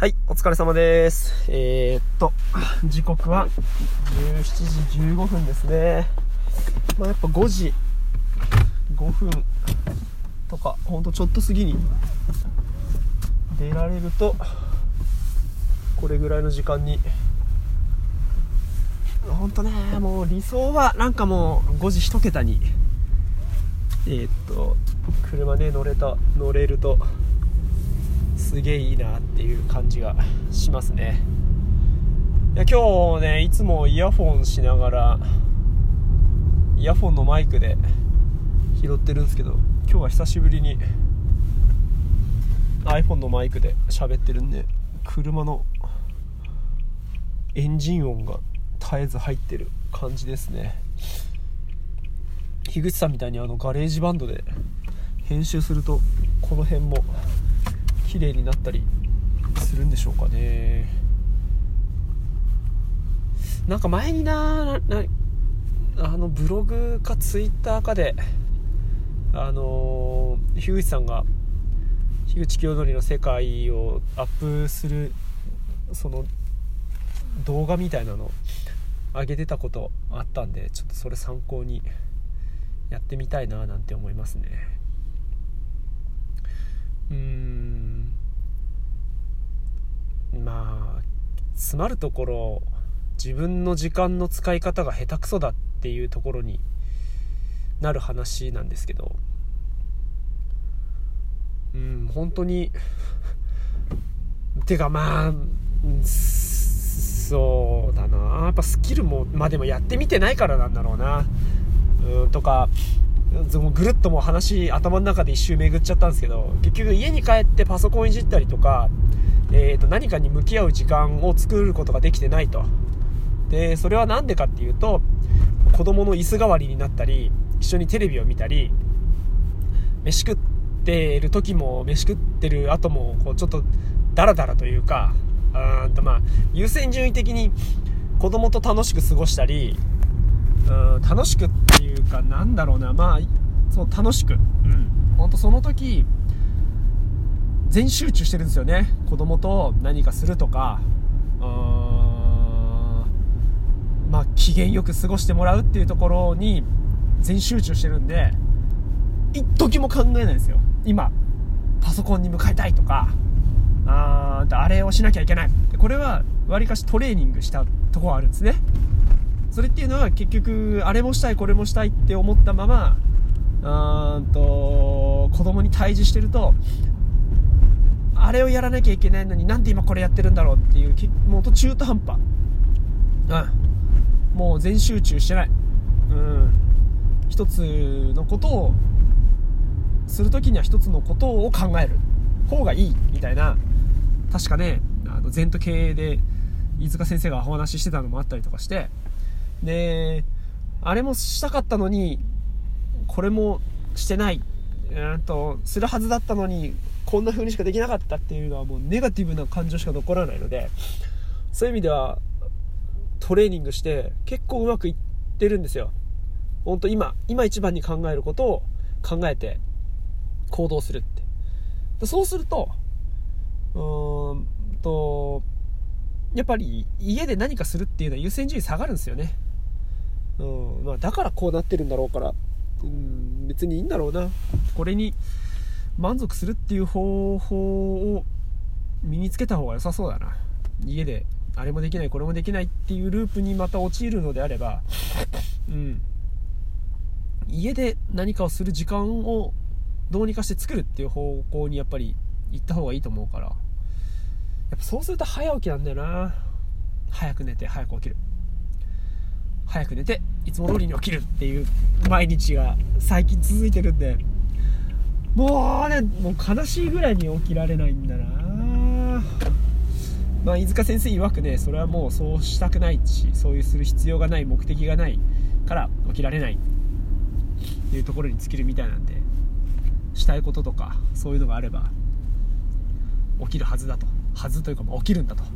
はい、お疲れ様です。時刻は17時15分ですね。やっぱ5時5分とか、ほんとちょっと過ぎに出られると、これぐらいの時間に、ほんとね、もう理想はなんかもう5時1桁に、車ね、乗れると、すげえいいなっていう感じがしますね。いや今日ね、いつもイヤフォンしながらイヤフォンのマイクで拾ってるんですけど、今日は久しぶりに iPhone のマイクで喋ってるんで、車のエンジン音が絶えず入ってる感じですね。樋口さんみたいにガレージバンドで編集するとこの辺も綺麗になったりするんでしょうかね。なんか前にブログかツイッターかで樋口さんが樋口清則の世界をアップするその動画みたいなの上げてたことあったんで、ちょっとそれ参考にやってみたいななんて思いますね。詰まるところ、自分の時間の使い方が下手くそだっていうところになる話なんですけど、本当にてかそうだな、やっぱスキルもでもやってみてないからなんだろうな、とかぐるっともう話頭の中で一周巡っちゃったんですけど、結局家に帰ってパソコンいじったりとか、何かに向き合う時間を作ることができてないと。でそれはなんでかっていうと、子供の椅子代わりになったり、一緒にテレビを見たり、飯食ってる時も飯食ってる後もこうちょっとダラダラというか、優先順位的に子供と楽しく過ごしたり、楽しくっていうかなんだろうな、そう楽しく、本当その時全集中してるんですよね。子供と何かするとか、機嫌よく過ごしてもらうっていうところに全集中してるんで、一時も考えないですよ。今パソコンに向かいたいとか、あれをしなきゃいけない、これはわりかしトレーニングしたところがあるんですね。それっていうのは結局あれもしたいこれもしたいって思ったまま子供に対峙してると、あれをやらなきゃいけないのになんで今これやってるんだろうっていう、もう中途半端、もう全集中してない、一つのことをするときには一つのことを考える方がいいみたいな、確かね前途経営で飯塚先生がお話ししてたのもあったりとかして、であれもしたかったのにこれもしてない、するはずだったのにこんな風にしかできなかったっていうのはもうネガティブな感情しか残らないので、そういう意味ではトレーニングして結構うまくいってるんですよ。本当今一番に考えることを考えて行動するって。そうするとやっぱり家で何かするっていうのは優先順位下がるんですよね。だからこうなってるんだろうから、別にいいんだろうな、これに満足するっていう方法を身につけた方が良さそうだな。家であれもできないこれもできないっていうループにまた陥るのであれば、家で何かをする時間をどうにかして作るっていう方向にやっぱり行った方がいいと思うから、やっぱそうすると早起きなんだよな。早く寝て早く起きる、早く寝ていつも通りに起きるっていう毎日が最近続いてるんで、もう悲しいぐらいに起きられないんだな。飯塚先生曰くね、それはもうそうしたくないし、そういうする必要がない、目的がないから起きられないっていうところに尽きるみたいなんで、したいこととかそういうのがあれば起きるはずだと、というか起きるんだと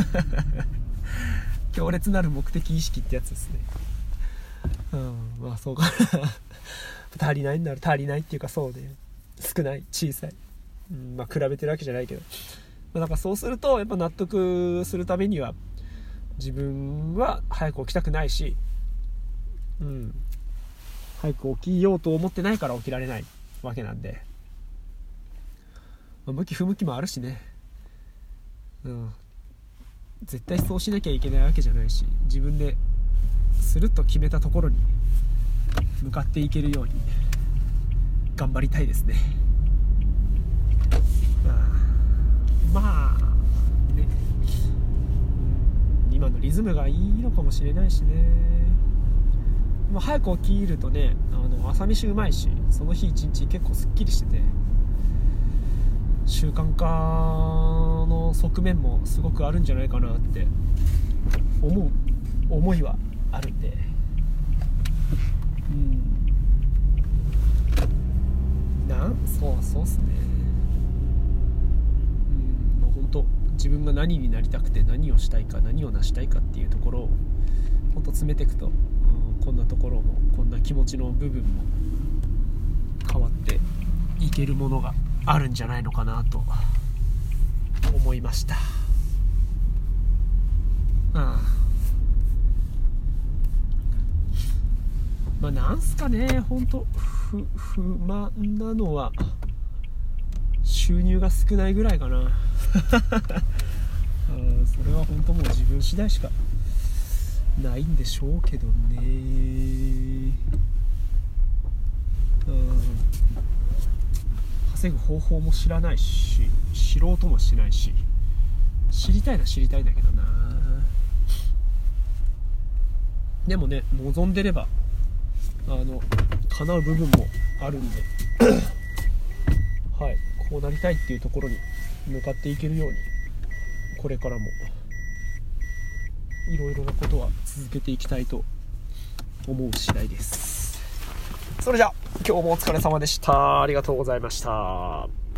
強烈なる目的意識ってやつですね。そうか足りないっていうか、そうね、少ない、小さい、比べてるわけじゃないけど、 だからそうするとやっぱ納得するためには自分は早く起きたくないし、早く起きようと思ってないから起きられないわけなんで、向き不向きもあるしね、絶対そうしなきゃいけないわけじゃないし、自分でするっと決めたところに向かっていけるように頑張りたいですね。まあね、今のリズムがいいのかもしれないしね。早く起きるとね、朝飯うまいし、その日一日結構すっきりしてて、習慣化の側面もすごくあるんじゃないかなって思いはあるんで、そうっすね。もう本当自分が何になりたくて、何をしたいか、何を成したいかっていうところを本当詰めていくと、こんなところも、こんな気持ちの部分も変わっていけるものがあるんじゃないのかなと思いました。なんすかね、本当不満なのは収入が少ないぐらいかなそれは本当もう自分次第しかないんでしょうけどね。稼ぐ方法も知らないし、知ろうともしないし、知りたいのは知りたいんだけどな。でもね、望んでれば叶う部分もあるんではい、こうなりたいっていうところに向かっていけるように、これからもいろいろなことは続けていきたいと思う次第です。それじゃあ今日もお疲れ様でした。ありがとうございました。